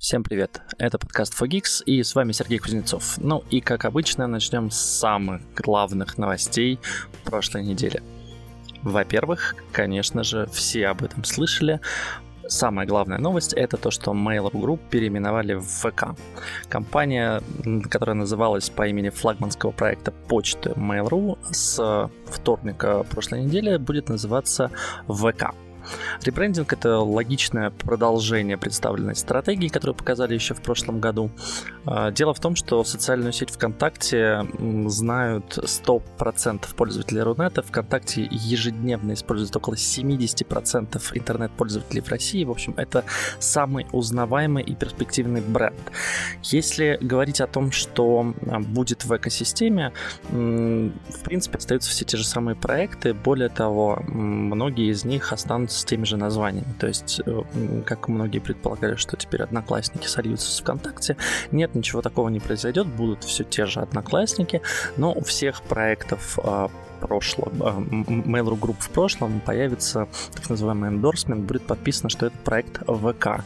Всем привет, это подкаст 4Geeks, и с вами Сергей Кузнецов. Ну и как обычно, начнем с самых главных новостей прошлой недели. Во-первых, конечно же, все об этом слышали. Самая главная новость — это то, что Mail.ru Group переименовали в ВК. Компания, которая называлась по имени флагманского проекта почты Mail.ru, с вторника прошлой недели будет называться ВК. Ребрендинг — это логичное продолжение представленной стратегии, которую показали еще в прошлом году. Дело в том, что социальную сеть ВКонтакте знают 100% пользователей Рунета. ВКонтакте ежедневно используют около 70% интернет-пользователей в России. В общем, это самый узнаваемый и перспективный бренд. Если говорить о том, что будет в экосистеме, в принципе, остаются все те же самые проекты. Более того, многие из них останутся с теми же названиями. То есть, как многие предполагали, что теперь Одноклассники сольются с ВКонтакте, нет, ничего такого не произойдет, будут все те же Одноклассники, но у всех проектов Mail.ru Group в прошлом появится так называемый endorsement, будет подписано, что это проект ВК.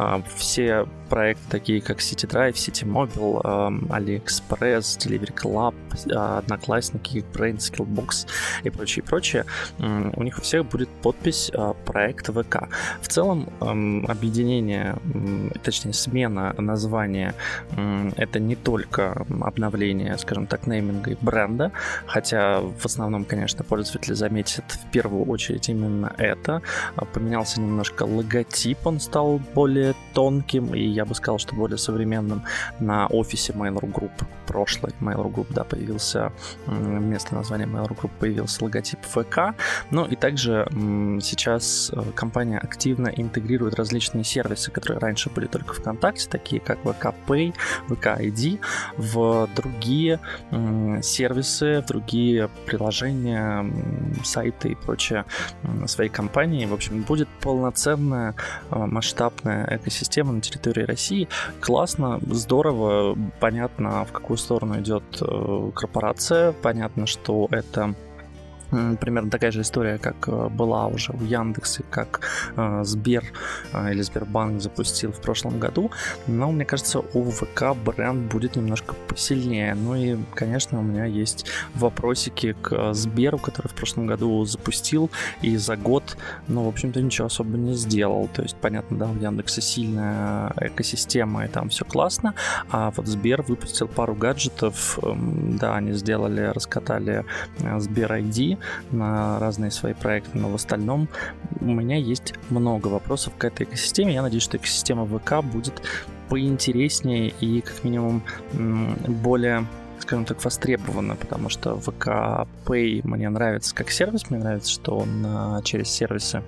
Все проекты, такие как City Drive, City Mobile, AliExpress, Delivery Club, Одноклассники, Brain, Skillbox и прочее, у них у всех будет подпись проект ВК. В целом, объединение, точнее, смена названия — это не только обновление, скажем так, нейминга и бренда, хотя в основном, конечно, пользователи заметят в первую очередь именно это. Поменялся немножко логотип, он стал более тонким и, я бы сказал, что более современным. На офисе Mail.ru Group, прошлой Mail.ru Group, да, появился вместо названия Mail.ru Group появился логотип ВК. Ну и также сейчас компания активно интегрирует различные сервисы, которые раньше были только ВКонтакте, такие как ВК Pay, ВК ID, в другие сервисы, в другие приложения, сайты и прочее своей компании. В общем, будет полноценная масштабная экосистема на территории России. Классно, здорово, понятно, в какую сторону идет корпорация, понятно, что это примерно такая же история, как была уже у Яндекса, как Сбер или Сбербанк запустил в прошлом году. Но, мне кажется, у ВК бренд будет немножко посильнее. Ну и, конечно, у меня есть вопросики к Сберу, который в прошлом году запустил и за год, ну, в общем-то, ничего особо не сделал. То есть, понятно, да, у Яндекса сильная экосистема, и там все классно, а вот Сбер выпустил пару гаджетов, да, они раскатали Сбер ID на разные свои проекты, но в остальном у меня есть много вопросов к этой экосистеме. Я надеюсь, что экосистема ВК будет поинтереснее и как минимум более, скажем так, востребована, потому что ВК Pay мне нравится как сервис, мне нравится, что он через сервисы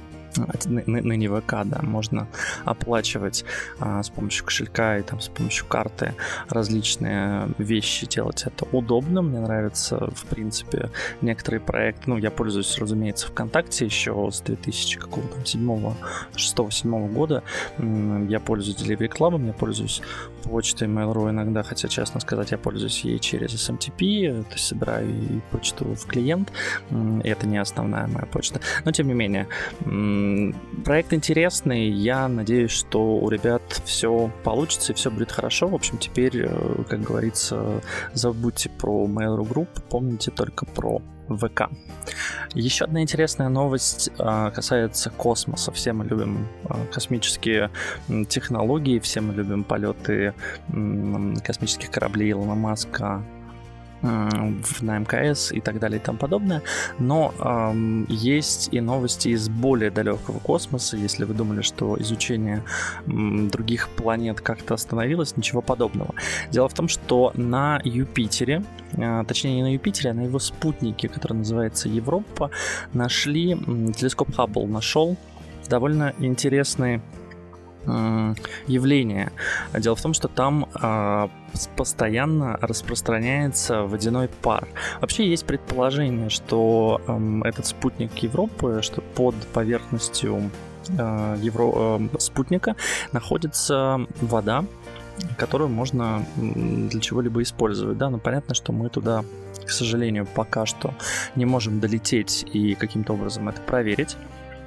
ныне ВК, да, можно оплачивать с помощью кошелька и там с помощью карты различные вещи, делать это удобно. Мне нравятся, в принципе, некоторые проекты. Ну, я пользуюсь, разумеется, ВКонтакте еще с 2006-2007 года. Я пользуюсь Delivery Club, я пользуюсь почтой Mail.ru иногда, хотя, честно сказать, я пользуюсь ей через SMTP, то есть собираю и почту в клиент, и это не основная моя почта. Но, тем не менее, проект интересный, я надеюсь, что у ребят все получится и все будет хорошо. В общем, теперь, как говорится, забудьте про Mail.ru Group, помните только про ВК. Еще одна интересная новость касается космоса. Все мы любим космические технологии, все мы любим полеты космических кораблей Илона Маска на МКС и так далее и тому подобное, но есть и новости из более далекого космоса. Если вы думали, что изучение других планет как-то остановилось, ничего подобного. Дело в том, что на Юпитере, точнее не на Юпитере, а на его спутнике, который называется Европа, телескоп Хаббл нашел довольно интересные явление. Дело в том, что там постоянно распространяется водяной пар. Вообще есть предположение, что этот спутник Европы, что под поверхностью спутника находится вода, которую можно для чего-либо использовать. Да, но понятно, что мы туда, к сожалению, пока что не можем долететь и каким-то образом это проверить.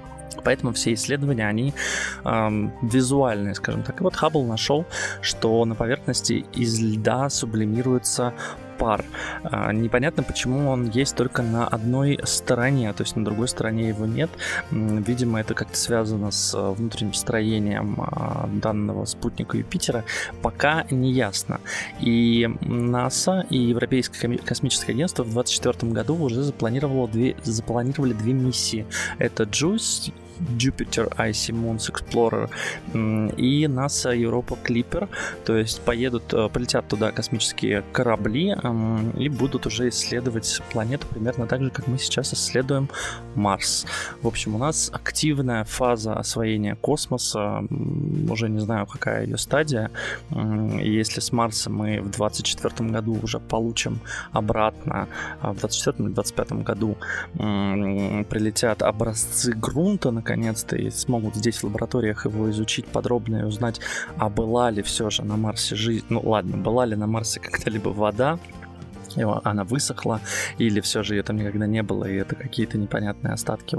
Поэтому все исследования, они визуальные, скажем так. И вот Хаббл нашел, что на поверхности из льда сублимируется пар. Непонятно, почему он есть только на одной стороне, то есть на другой стороне его нет. Видимо, это как-то связано с внутренним строением данного спутника Юпитера. Пока не ясно. И НАСА и Европейское космическое агентство в 2024 году уже запланировали две миссии. Это JUICE, Jupiter Icy Moons Explorer, и NASA Europa Clipper, то есть полетят туда космические корабли и будут уже исследовать планету примерно так же, как мы сейчас исследуем Марс. В общем, у нас активная фаза освоения космоса, уже не знаю, какая ее стадия. Если с Марса мы в 2024 году уже получим обратно, в 2024 или 2025 году прилетят образцы грунта, наконец-то, и смогут здесь в лабораториях его изучить подробно и узнать, а была ли все же на Марсе жизнь, была ли на Марсе когда-либо вода, она высохла, или все же ее там никогда не было, и это какие-то непонятные остатки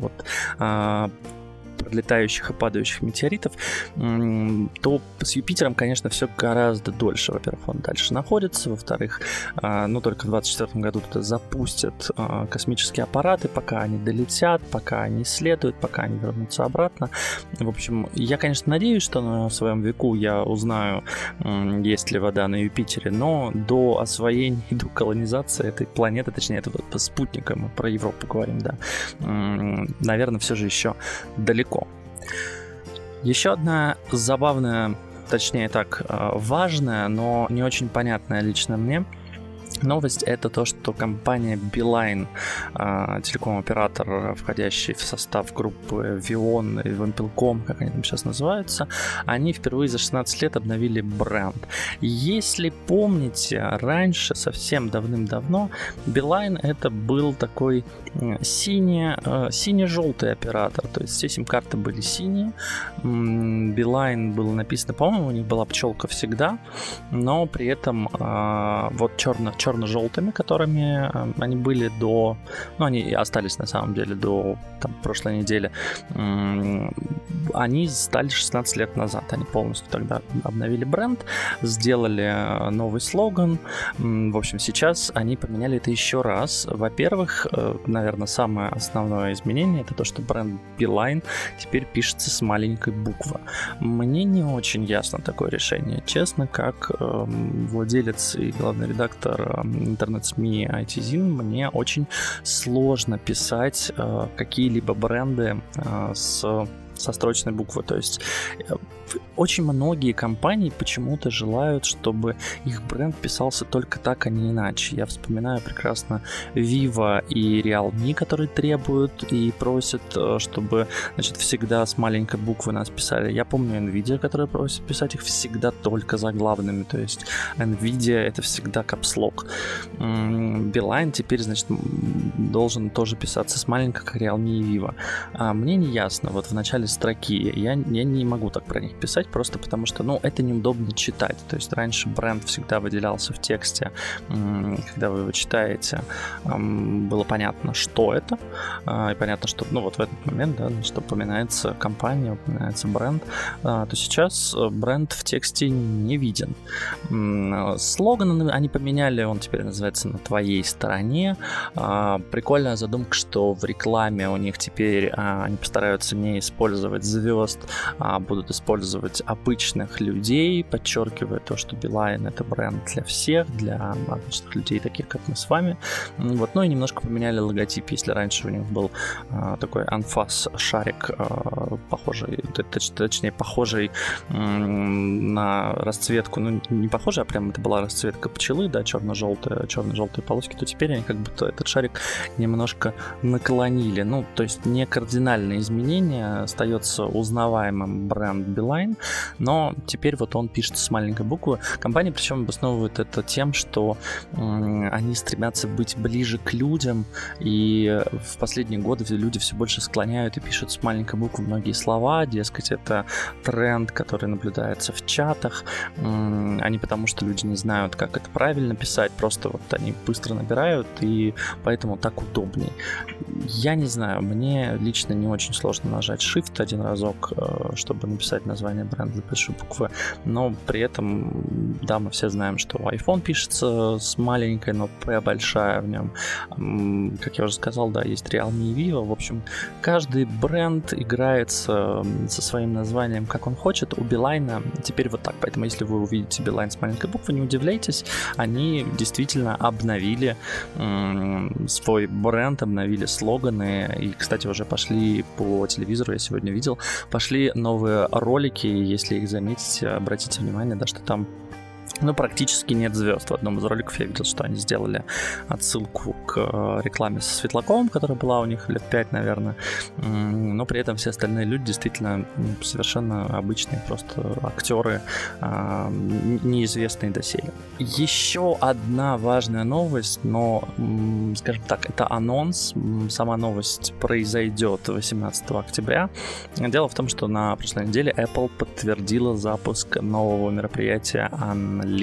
пролетающих и падающих метеоритов, то с Юпитером, конечно, все гораздо дольше. Во-первых, он дальше находится, во-вторых, только в 2024 году туда запустят космические аппараты, пока они долетят, пока они исследуют, пока они вернутся обратно. В общем, я, конечно, надеюсь, что на своем веку я узнаю, есть ли вода на Юпитере, но до освоения и до колонизации этой планеты, точнее, этого спутника, мы про Европу говорим, да, наверное, все же еще далеко. Еще одна забавная, точнее так, важная, но не очень понятная лично мне новость — это то, что компания Beeline, телеком-оператор, входящий в состав группы Vion и Вимпелком, как они там сейчас называются, они впервые за 16 лет обновили бренд. Если помните, раньше, совсем давным-давно, Beeline — это был такой сине-желтый оператор, то есть все сим-карты были синие. Beeline было написано, по-моему, у них была пчелка всегда, но при этом вот черно-желтыми, которыми они были до... они остались на самом деле до прошлой недели. Они стали 16 лет назад. Они полностью тогда обновили бренд, сделали новый слоган. В общем, сейчас они поменяли это еще раз. Во-первых, наверное, самое основное изменение — это то, что бренд Beeline теперь пишется с маленькой буквы. Мне не очень ясно такое решение. Честно, как владелец и главный редактор интернет-СМИ ITZine, мне очень сложно писать какие-либо бренды со строчной буквы. То есть очень многие компании почему-то желают, чтобы их бренд писался только так, а не иначе. Я вспоминаю прекрасно Vivo и Realme, которые требуют и просят, чтобы, всегда с маленькой буквы нас писали. Я помню Nvidia, которая просит писать их всегда только заглавными, то есть Nvidia — это всегда капслок. Beeline теперь, должен тоже писаться с маленькой, как Realme и Vivo. Мне не ясно, вот в начале строки я не могу так про них писать, просто потому что, это неудобно читать. То есть раньше бренд всегда выделялся в тексте, когда вы его читаете, было понятно, что это, и понятно, что, в этот момент, что упоминается компания, упоминается бренд, то сейчас бренд в тексте не виден. Слоган они поменяли, он теперь называется «На твоей стороне». Прикольная задумка, что в рекламе у них теперь они постараются не использовать звезд, а будут использовать обычных людей, подчеркивая то, что Beeline — это бренд для всех, для обычных людей, таких как мы с вами. И немножко поменяли логотип. Если раньше у них был такой анфас шарик, похожий на расцветку, не похожий, а прям это была расцветка пчелы, да, черно-желтые полоски, то теперь они как будто этот шарик немножко наклонили. То есть не кардинальные изменения, остается узнаваемым бренд Beeline, Beeline, но теперь вот он пишется с маленькой буквы. Компания причем обосновывает это тем, что они стремятся быть ближе к людям, и в последние годы люди все больше склоняют и пишут с маленькой буквы многие слова, дескать, это тренд, который наблюдается в чатах, а не потому, что люди не знают, как это правильно писать, просто вот они быстро набирают, и поэтому так удобней. Я не знаю, мне лично не очень сложно нажать Shift один разок, чтобы написать название бренда с большой буквы, но при этом, да, мы все знаем, что iPhone пишется с маленькой, но P большая в нем. Как я уже сказал, да, есть Realme и Vivo. В общем, каждый бренд играется со своим названием, как он хочет. У Beeline теперь вот так, поэтому если вы увидите Beeline с маленькой буквы, не удивляйтесь, они действительно обновили свой бренд, обновили слоганы, и, кстати, уже пошли по телевизору, я сегодня видел, пошли новые ролики, если их заметите, обратите внимание, да, что там практически нет звезд. В одном из роликов я видел, что они сделали отсылку к рекламе со Светлаковым, которая была у них лет 5, наверное. Но при этом все остальные люди действительно совершенно обычные просто актеры, неизвестные доселе. Еще одна важная новость, но, скажем так, это анонс. Сама новость произойдет 18 октября. Дело в том, что на прошлой неделе Apple подтвердила запуск нового мероприятия Unleashed.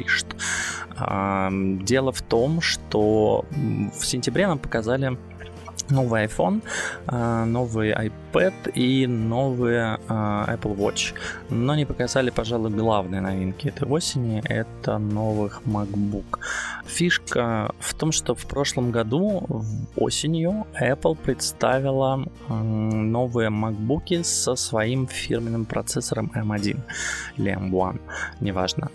Дело в том, что в сентябре нам показали новый iPhone, новый iPad и новый Apple Watch. Но не показали, пожалуй, главные новинки этой осени. Это новых MacBook. Фишка в том, что в прошлом году осенью Apple представила новые MacBook'и со своим фирменным процессором M1 или M1, неважно.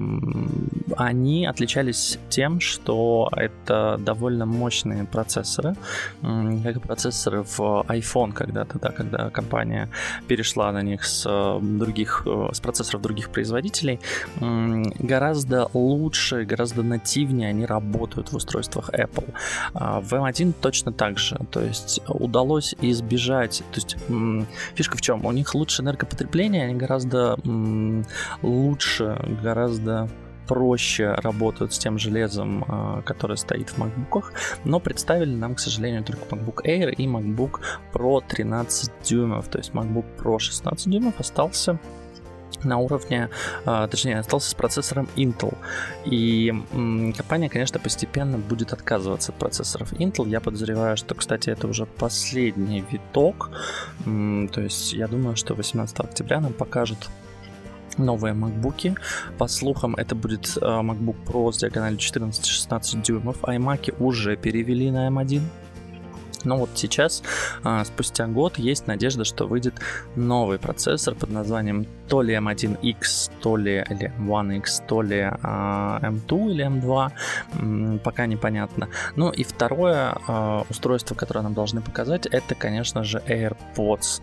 Они отличались тем, что это довольно мощные процессоры, как и процессоры в iPhone когда-то, да, когда компания перешла на них с процессоров других производителей, гораздо лучше, гораздо нативнее они работают в устройствах Apple. В M1 точно так же, то есть удалось избежать, то есть фишка в чем? У них лучше энергопотребление, они гораздо лучше, гораздо проще работают с тем железом, которое стоит в MacBook'ах, но представили нам, к сожалению, только MacBook Air и MacBook Pro 13 дюймов, то есть MacBook Pro 16 дюймов остался на уровне, точнее, остался с процессором Intel. И компания, конечно, постепенно будет отказываться от процессоров Intel. Я подозреваю, что, кстати, это уже последний виток. То есть я думаю, что 18 октября нам покажут новые MacBook'и. По слухам, это будет MacBook Pro с диагональю 14-16 дюймов. iMac'и уже перевели на M1. Но вот сейчас, спустя год, есть надежда, что выйдет новый процессор под названием то ли M1X, то ли или M1X, то ли M2 или M2, пока непонятно. Ну и второе устройство, которое нам должны показать, это, конечно же, AirPods.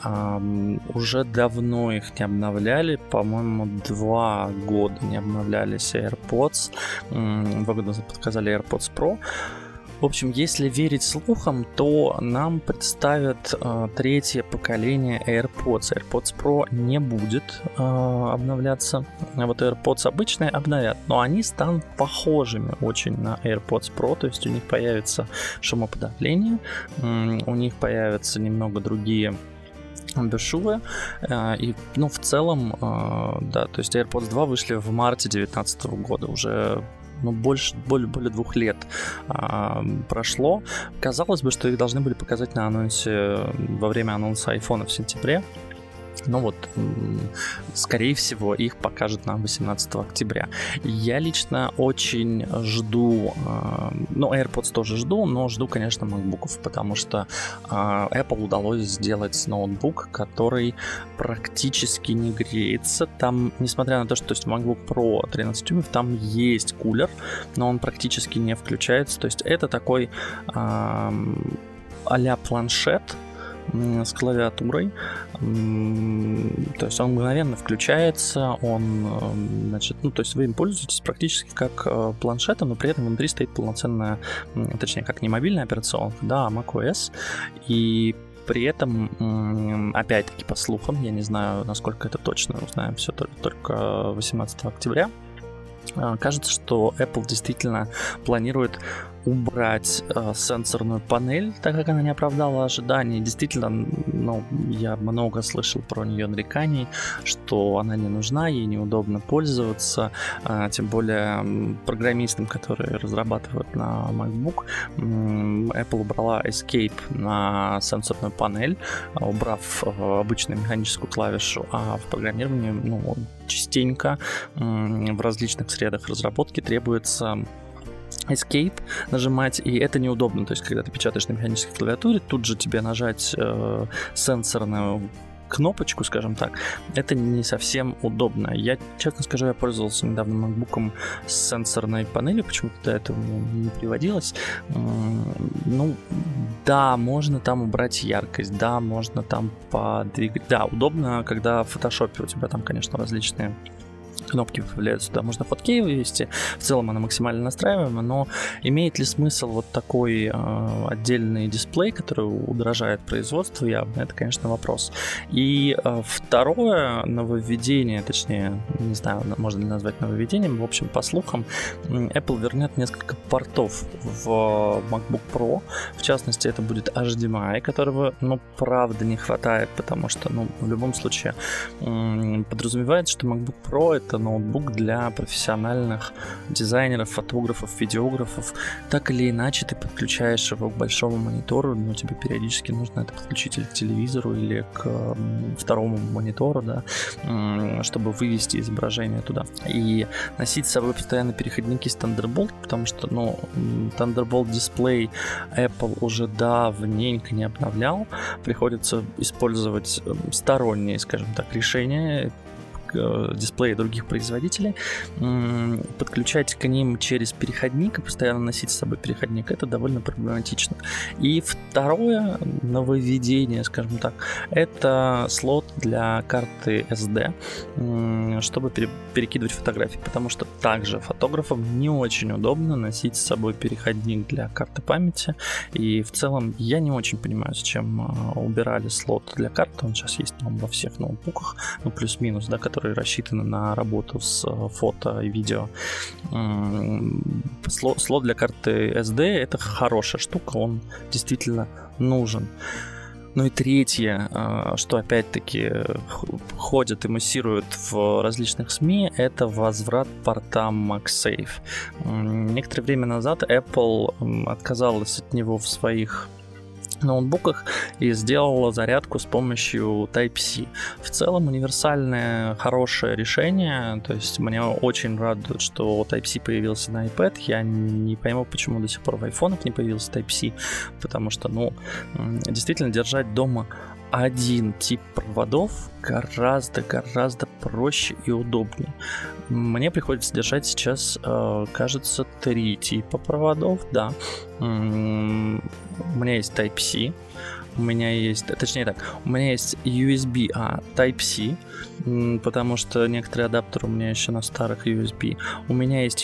Уже давно их не обновляли, по-моему, 2 года не обновлялись AirPods. 2 года назад показали AirPods Pro. В общем, если верить слухам, то нам представят третье поколение AirPods. AirPods Pro не будет обновляться. А вот AirPods обычные обновят, но они станут похожими очень на AirPods Pro, то есть у них появится шумоподавление, у них появятся немного другие бесшумные, и, в целом, да, то есть AirPods 2 вышли в марте 2019 года, уже более 2 лет прошло. Казалось бы, что их должны были показать на анонсе, во время анонса iPhone в сентябре. Но вот, скорее всего, их покажут нам 18 октября. Я лично очень жду, AirPods тоже жду, но жду, конечно, MacBook'ов, потому что Apple удалось сделать ноутбук, который практически не греется. Там, несмотря на то, что в MacBook Pro 13 дюймов, там есть кулер, но он практически не включается. То есть это такой а-ля планшет с клавиатурой, то есть он мгновенно включается, он, то есть вы им пользуетесь практически как планшетом, но при этом внутри стоит полноценная, точнее, как не мобильная операционка, да, а macOS, и При этом, опять-таки, по слухам, я не знаю, насколько это точно, узнаем все только 18 октября, кажется, что Apple действительно планирует убрать сенсорную панель, так как она не оправдала ожиданий. Действительно, я много слышал про нее нареканий, что она не нужна, ей неудобно пользоваться, тем более программистам, которые разрабатывают на MacBook. Apple убрала Escape на сенсорную панель, убрав обычную механическую клавишу, а в программировании частенько в различных средах разработки требуется Escape нажимать, и это неудобно. То есть, когда ты печатаешь на механической клавиатуре, тут же тебе нажать сенсорную кнопочку, скажем так, это не совсем удобно. Я, честно скажу, я пользовался недавно MacBook'ом с сенсорной панелью, почему-то до этого мне не приводилось. Да, можно там убрать яркость, да, можно там подвигать. Да, удобно, когда в Photoshop у тебя там, конечно, различные кнопки появляются, да, можно хоткей вывести, в целом она максимально настраиваема, но имеет ли смысл вот такой отдельный дисплей, который удорожает производство явно, это, конечно, вопрос. И второе нововведение, точнее, не знаю, можно ли назвать нововведением, в общем, по слухам, Apple вернет несколько портов в MacBook Pro, в частности, это будет HDMI, которого, правда, не хватает, потому что, в любом случае, подразумевается, что MacBook Pro — это ноутбук для профессиональных дизайнеров, фотографов, видеографов. Так или иначе, ты подключаешь его к большому монитору, но тебе периодически нужно это подключить или к телевизору, или к второму монитору, да, чтобы вывести изображение туда. И носить с собой постоянно переходники с Thunderbolt, потому что, Thunderbolt дисплей Apple уже давненько не обновлял. Приходится использовать сторонние, скажем так, решения, дисплеи других производителей, подключать к ним через переходник и постоянно носить с собой переходник, это довольно проблематично. И второе нововведение, скажем так, это слот для карты SD, чтобы перекидывать фотографии, потому что также фотографам не очень удобно носить с собой переходник для карты памяти, и в целом я не очень понимаю, зачем убирали слот для карты, он сейчас есть, во всех ноутбуках, плюс-минус, да, которые рассчитаны на работу с фото и видео. Слот для карты SD — это хорошая штука, он действительно нужен. Ну и третье, что опять-таки ходят и муссируют в различных СМИ, это возврат порта MagSafe. Некоторое время назад Apple отказалась от него в своих ноутбуках и сделала зарядку с помощью Type-C. В целом универсальное, хорошее решение, то есть меня очень радует, что Type-C появился на iPad. Я не пойму, почему до сих пор в айфонах не появился Type-C, потому что, действительно держать дома один тип проводов гораздо проще и удобнее. Мне приходится держать сейчас, кажется, 3 типа проводов, да. У меня есть Type-C, у меня есть, точнее так, у меня есть USB-A Type-C, потому что некоторые адаптеры у меня еще на старых USB. У меня есть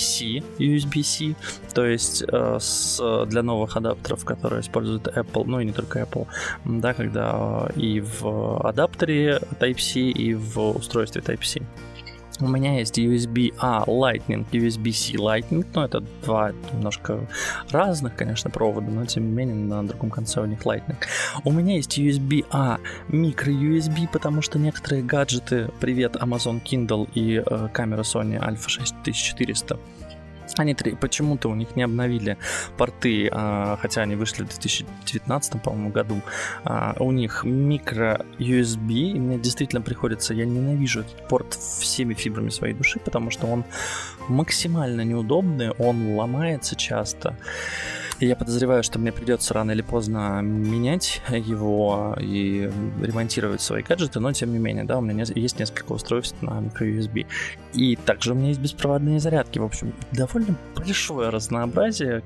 USB-C, то есть для новых адаптеров, которые используют Apple, и не только Apple, да, когда и в адаптере Type-C, и в устройстве Type-C. У меня есть USB-A Lightning, USB-C Lightning, это два немножко разных, конечно, провода, но тем не менее на другом конце у них Lightning. У меня есть USB-A Micro-USB, потому что некоторые гаджеты, привет Amazon Kindle и камера Sony Alpha 6400, они почему-то у них не обновили порты, хотя они вышли в 2019, по-моему, году. У них микро-USB, и мне действительно приходится, я ненавижу этот порт всеми фибрами своей души, потому что он максимально неудобный, он ломается часто. И я подозреваю, что мне придется рано или поздно менять его и ремонтировать свои гаджеты, но тем не менее, да, у меня есть несколько устройств на micro-USB. И также у меня есть беспроводные зарядки. В общем, довольно большое разнообразие,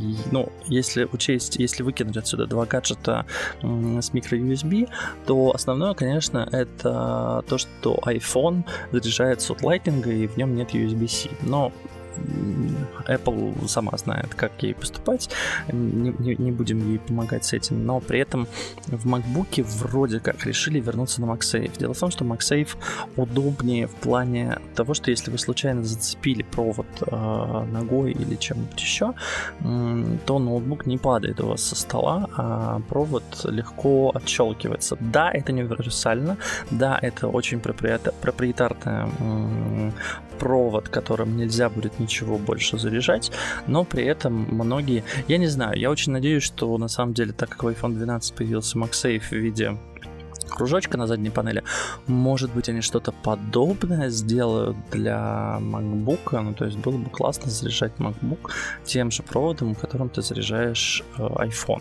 если выкинуть отсюда 2 гаджета с micro-USB, то основное, конечно, это то, что iPhone заряжается от Lightning, и в нем нет USB-C. Но Apple сама знает, как ей поступать, не будем ей помогать с этим, но при этом в MacBook вроде как решили вернуться на MagSafe. Дело в том, что MagSafe удобнее в плане того, что если вы случайно зацепили провод ногой или чем-нибудь еще, то ноутбук не падает у вас со стола, а провод легко отщелкивается. Да, это не универсально, да, это очень проприетарная провод, которым нельзя будет ничего больше заряжать, но при этом многие... Я не знаю, я очень надеюсь, что на самом деле, так как в iPhone 12 появился MagSafe в виде кружочка на задней панели, может быть, они что-то подобное сделают для MacBook, ну, то есть было бы классно заряжать MacBook тем же проводом, которым ты заряжаешь iPhone.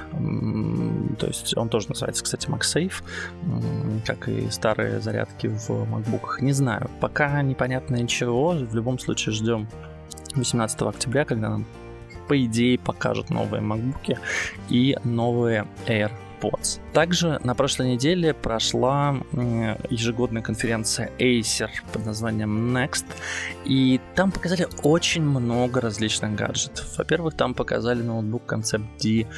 То есть он тоже называется, кстати, MagSafe, как и старые зарядки в MacBook'ах. Не знаю, пока непонятно ничего, в любом случае ждем 18 октября, когда нам, по идее, покажут новые MacBook'и и новые AirPods. Также на прошлой неделе прошла ежегодная конференция Acer под названием Next, и там показали очень много различных гаджетов. Во-первых, там показали ноутбук Concept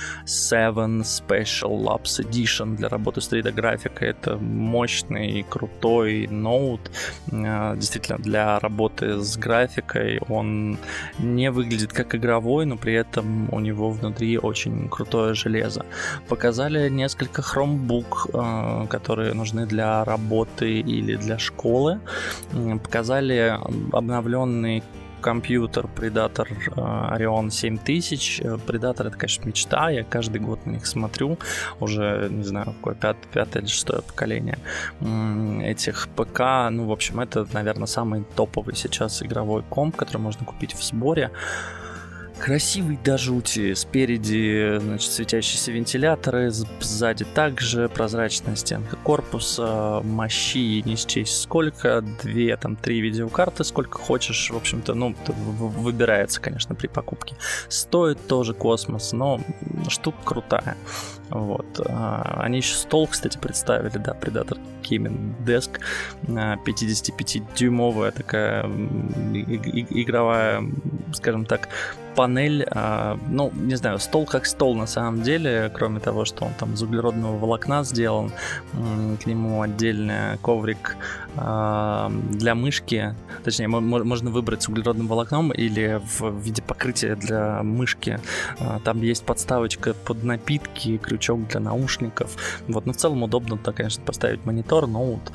D7 Special Labs Edition для работы с 3D-графикой. Это мощный, крутой ноут. Действительно, для работы с графикой он не выглядит как игровой, но при этом у него внутри очень крутое железо. Показали несколько Chromebook, которые нужны для работы или для школы. Показали обновленный компьютер Predator Orion 7000. Predator — это, конечно, мечта. Я каждый год на них смотрю. Уже, не знаю, какое пятое или шестое поколение этих ПК. Ну, в общем, это, наверное, самый топовый сейчас игровой комп, который можно купить в сборе. Красивый до жути, спереди, значит, светящиеся вентиляторы, сзади также прозрачная стенка корпуса, мощи не счесть сколько, 2-3 видеокарты, сколько хочешь, в общем-то, ну, выбирается, конечно, при покупке. Стоит тоже космос, но штука крутая. Вот. Они еще стол, кстати, представили, да, Predator Gaming Desk, 55-дюймовая такая игровая, скажем так, панель, ну, не знаю, стол как стол на самом деле, кроме того, что он там из углеродного волокна сделан, к нему отдельный коврик для мышки, точнее, можно выбрать с углеродным волокном или в виде покрытия для мышки. Там есть подставочка под напитки, крючок для наушников. Вот, но в целом удобно туда, конечно, поставить монитор, ноут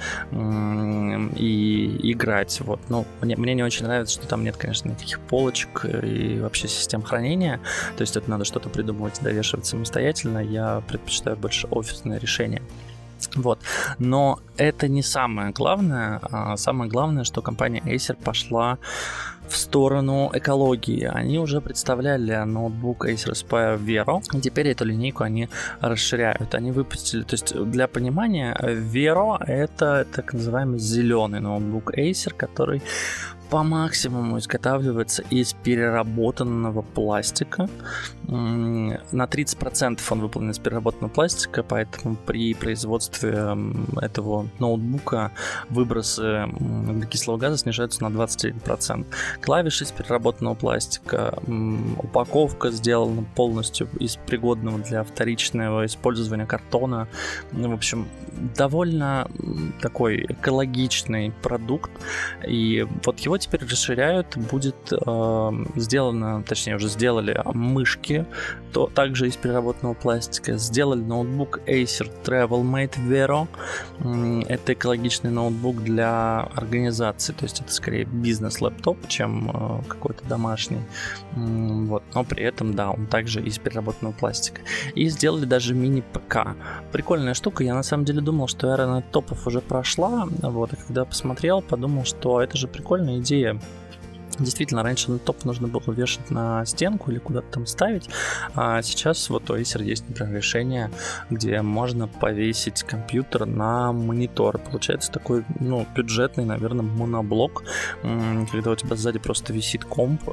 и играть. Вот, но мне не очень нравится, что там нет, конечно, никаких полочек и вообще систем хранения. То есть это надо что-то придумывать, довешивать самостоятельно. Я предпочитаю больше офисное решение. Вот. Но это не самое главное. Самое главное, что компания Acer пошла в сторону экологии. Они уже представляли ноутбук Acer Aspire Vero, и теперь эту линейку они расширяют. Они выпустили, то есть для понимания, Vero — это так называемый зеленый ноутбук Acer, который по максимуму изготавливается из переработанного пластика. На 30% он выполнен из переработанного пластика, поэтому при производстве этого ноутбука выбросы углекислого газа снижаются на 21%. Клавиши из переработанного пластика, упаковка сделана полностью из пригодного для вторичного использования картона. В общем, довольно такой экологичный продукт, и вот его теперь расширяют. Будет сделано, точнее уже сделали мышки, то также из переработанного пластика. Сделали ноутбук Acer TravelMate Vero. Это экологичный ноутбук для организации, то есть это скорее бизнес-лэптоп, чем какой-то домашний. Вот. Но при этом, да, он также из переработанного пластика. И сделали даже мини-ПК. Прикольная штука. Я на самом деле думал, что эра неттопов уже прошла. Вот. И когда посмотрел, подумал, что это же прикольная идея. Действительно, раньше неттоп нужно было вешать на стенку или куда-то там ставить, а сейчас вот у Acer есть, например, решение, где можно повесить компьютер на монитор. Получается такой, ну, бюджетный, наверное, моноблок, когда у тебя сзади просто висит комп,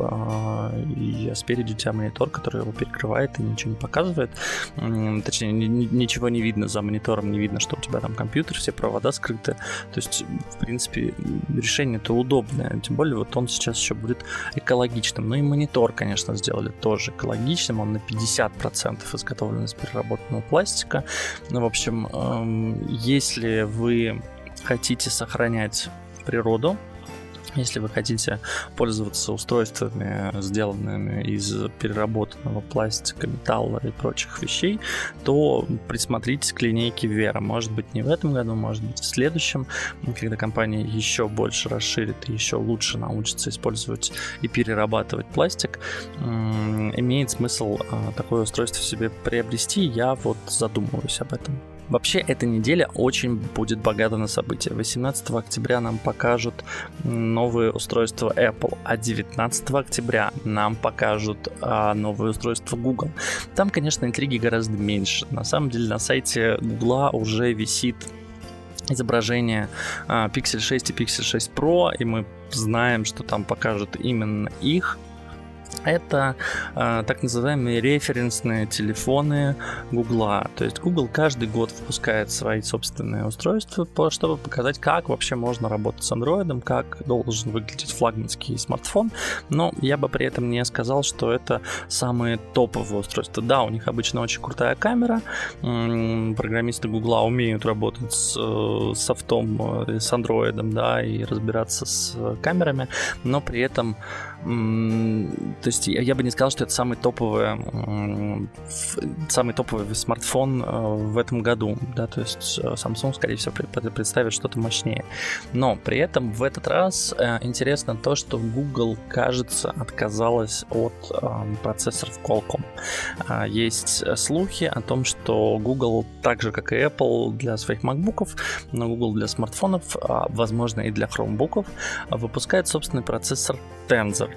а спереди у тебя монитор, который его перекрывает и ничего не показывает. Точнее, ничего не видно за монитором, не видно, что у тебя там компьютер, все провода скрыты. То есть, в принципе, решение-то удобное. Тем более, вот он сейчас еще еще будет экологичным. Ну и монитор, конечно, сделали тоже экологичным. Он на 50% изготовлен из переработанного пластика. Ну, в общем, если вы хотите сохранять природу, если вы хотите пользоваться устройствами, сделанными из переработанного пластика, металла и прочих вещей, то присмотритесь к линейке Вера. Может быть, не в этом году, может быть, в следующем, когда компания еще больше расширит и еще лучше научится использовать и перерабатывать пластик, имеет смысл такое устройство себе приобрести. Я вот задумываюсь об этом. Вообще, эта неделя очень будет богата на события. 18 октября нам покажут новые устройства Apple, а 19 октября нам покажут новые устройства Google. Там, конечно, интриги гораздо меньше. На самом деле, на сайте Google уже висит изображение Pixel 6 и Pixel 6 Pro, и мы знаем, что там покажут именно их. Это так называемые референсные телефоны Google. То есть Google каждый год выпускает свои собственные устройства, чтобы показать, как вообще можно работать с Android, как должен выглядеть флагманский смартфон. Но я бы при этом не сказал, что это самые топовые устройства. Да, у них обычно очень крутая камера. Программисты Google умеют работать с софтом, с Android, да, и разбираться с камерами, но при этом то есть я бы не сказал, что это самый топовый смартфон в этом году, да, то есть Samsung, скорее всего, представит что-то мощнее. Но при этом в этот раз интересно то, что Google, кажется, отказалась от процессоров Qualcomm. Есть слухи о том, что Google, так же как и Apple для своих MacBook'ов, но Google для смартфонов, возможно, и для Chromebook'ов, выпускает собственный процессор Tensor.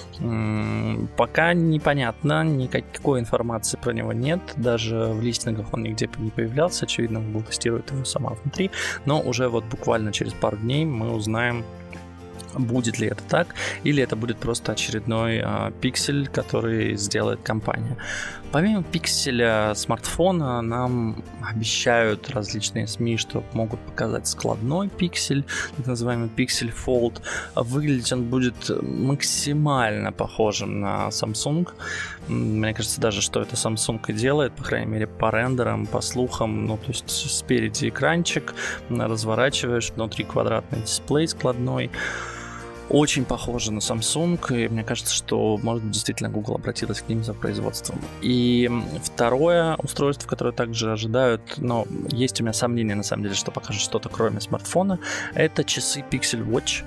Пока непонятно, никакой информации про него нет, даже в листингах он нигде не появлялся, очевидно, Google тестирует его сама внутри, но уже вот буквально через пару дней мы узнаем, будет ли это так, или это будет просто очередной пиксель, который сделает компания. Помимо пикселя смартфона, нам обещают различные СМИ, что могут показать складной пиксель, так называемый Pixel Fold. Выглядеть он будет максимально похожим на Samsung. Мне кажется, даже что это Samsung и делает, по крайней мере, по рендерам, по слухам. Ну, то есть спереди экранчик, разворачиваешь, внутри квадратный дисплей складной. Очень похоже на Samsung, и мне кажется, что, может быть, действительно Google обратилась к ним за производством. И второе устройство, которое также ожидают, но есть у меня сомнения, на самом деле, что покажут что-то кроме смартфона, это часы Pixel Watch.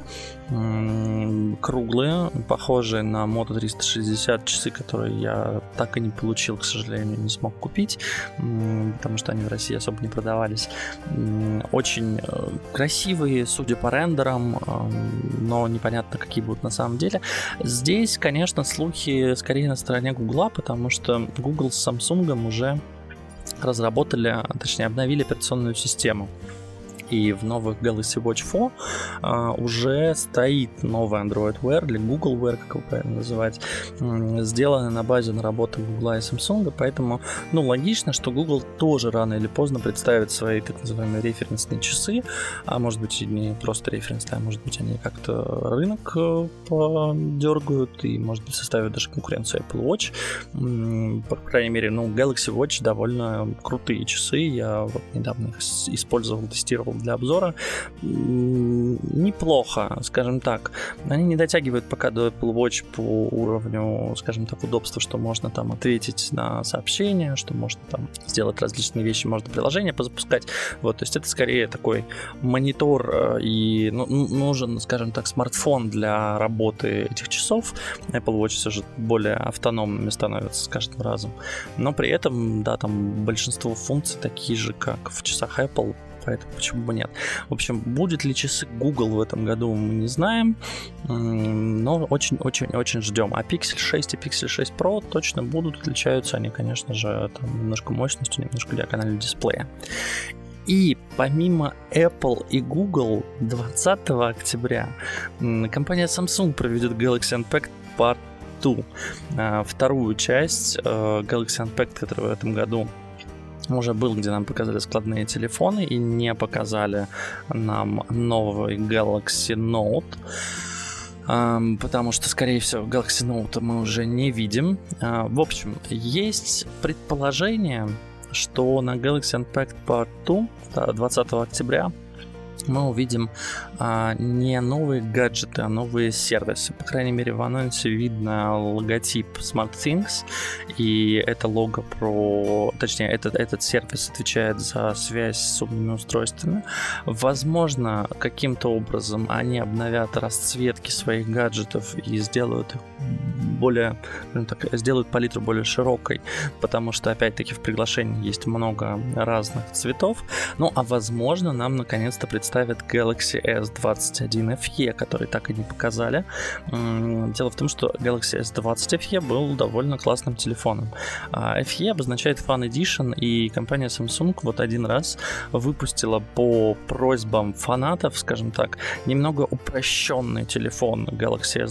Круглые, похожие на Moto 360 часы, которые я так и не получил, к сожалению, не смог купить, потому что они в России особо не продавались. Очень красивые, судя по рендерам, но непонятно, какие будут на самом деле. Здесь, конечно, слухи скорее на стороне Гугла, потому что Google с Samsung уже разработали, точнее, обновили операционную систему. И в новых Galaxy Watch 4 уже стоит новый Android Wear, или Google Wear, как его правильно называть, сделанный на базе наработок Google и Samsung, поэтому, логично, что Google тоже рано или поздно представит свои так называемые референсные часы, а может быть и не просто референсные, а может быть они как-то рынок подергают и, может быть, составят даже конкуренцию Apple Watch. По крайней мере, Galaxy Watch довольно крутые часы, я вот недавно их использовал, тестировал для обзора. Неплохо, скажем так. Они не дотягивают пока до Apple Watch по уровню, скажем так, удобства, что можно там ответить на сообщения, что можно там сделать различные вещи, можно приложения позапускать. Вот, то есть это скорее такой монитор и нужен, скажем так, смартфон для работы этих часов. Apple Watch все же более автономными становятся с каждым разом. Но при этом, да, там большинство функций такие же, как в часах Apple, поэтому почему бы нет. В общем, будет ли часы Google в этом году, мы не знаем, но очень-очень-очень ждем. А Pixel 6 и Pixel 6 Pro точно будут, отличаются они, конечно же, там немножко мощностью, немножко диагональю дисплея. И помимо Apple и Google, 20 октября компания Samsung проведет Galaxy Unpacked Part 2, вторую часть Galaxy Unpacked, которая в этом году уже был, где нам показали складные телефоны и не показали нам новый Galaxy Note. потому что, скорее всего, Galaxy Note мы уже не видим. В общем, есть предположение, что на Galaxy Unpacked Part 2 20 октября мы увидим не новые гаджеты, а новые сервисы. По крайней мере, в анонсе видно логотип SmartThings, и это лого точнее, этот сервис отвечает за связь с умными устройствами. Возможно, каким-то образом они обновят расцветки своих гаджетов и сделают их сделают палитру более широкой, потому что, опять-таки, в приглашении есть много разных цветов. Ну, а возможно, нам наконец-то представят Galaxy S21 FE, который так и не показали. Дело в том, что Galaxy S20 FE был довольно классным телефоном. FE обозначает Fan Edition, и компания Samsung вот один раз выпустила по просьбам фанатов, скажем так, немного упрощенный телефон Galaxy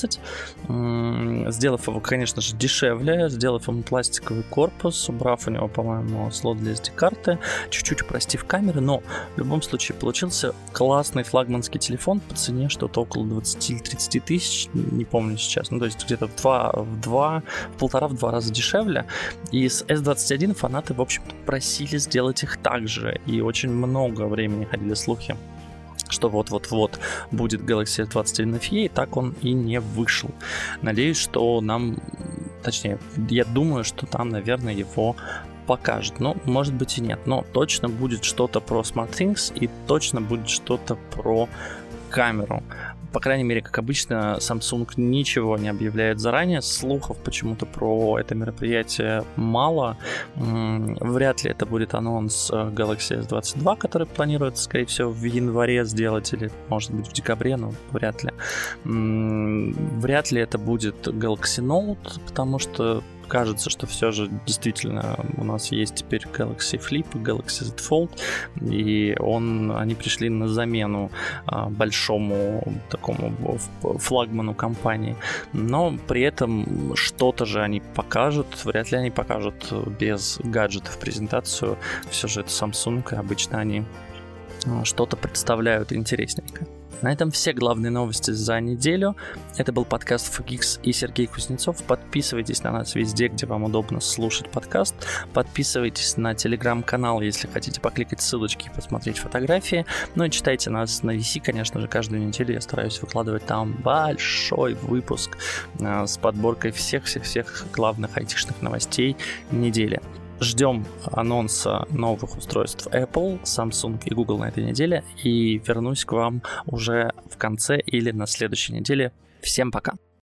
S20, сделав его, конечно же, дешевле, сделав ему пластиковый корпус, убрав у него, по-моему, слот для SD-карты, чуть-чуть упростив камеры, но в любом случае получился классный флагманский телефон по цене что-то около 20 или 30 тысяч, не помню сейчас, ну то есть где-то в 1,5-2 раза дешевле, и с S21 фанаты, в общем-то, просили сделать их так же, и очень много времени ходили слухи, что вот-вот-вот будет Galaxy S21 FE, и так он и не вышел. Надеюсь, что точнее, я думаю, что там, наверное, его покажут. Ну, может быть и нет, но точно будет что-то про SmartThings и точно будет что-то про камеру. По крайней мере, как обычно, Samsung ничего не объявляет заранее. Слухов почему-то про это мероприятие мало. Вряд ли это будет анонс Galaxy S22, который планируется, скорее всего, в январе сделать, или, может быть, в декабре, но вряд ли. Вряд ли это будет Galaxy Note, потому что кажется, что все же действительно у нас есть теперь Galaxy Flip и Galaxy Z Fold, и они пришли на замену большому такому флагману компании. Но при этом что-то же они покажут, вряд ли они покажут без гаджетов презентацию. Все же это Samsung, и обычно они что-то представляют интересненькое. На этом все главные новости за неделю. Это был подкаст FGX и Сергей Кузнецов. Подписывайтесь на нас везде, где вам удобно слушать подкаст. Подписывайтесь на телеграм-канал, если хотите покликать ссылочки и посмотреть фотографии. Ну и читайте нас на VC, конечно же, каждую неделю я стараюсь выкладывать там большой выпуск с подборкой всех главных айтишных новостей недели. Ждем анонса новых устройств Apple, Samsung и Google на этой неделе. И вернусь к вам уже в конце или на следующей неделе. Всем пока!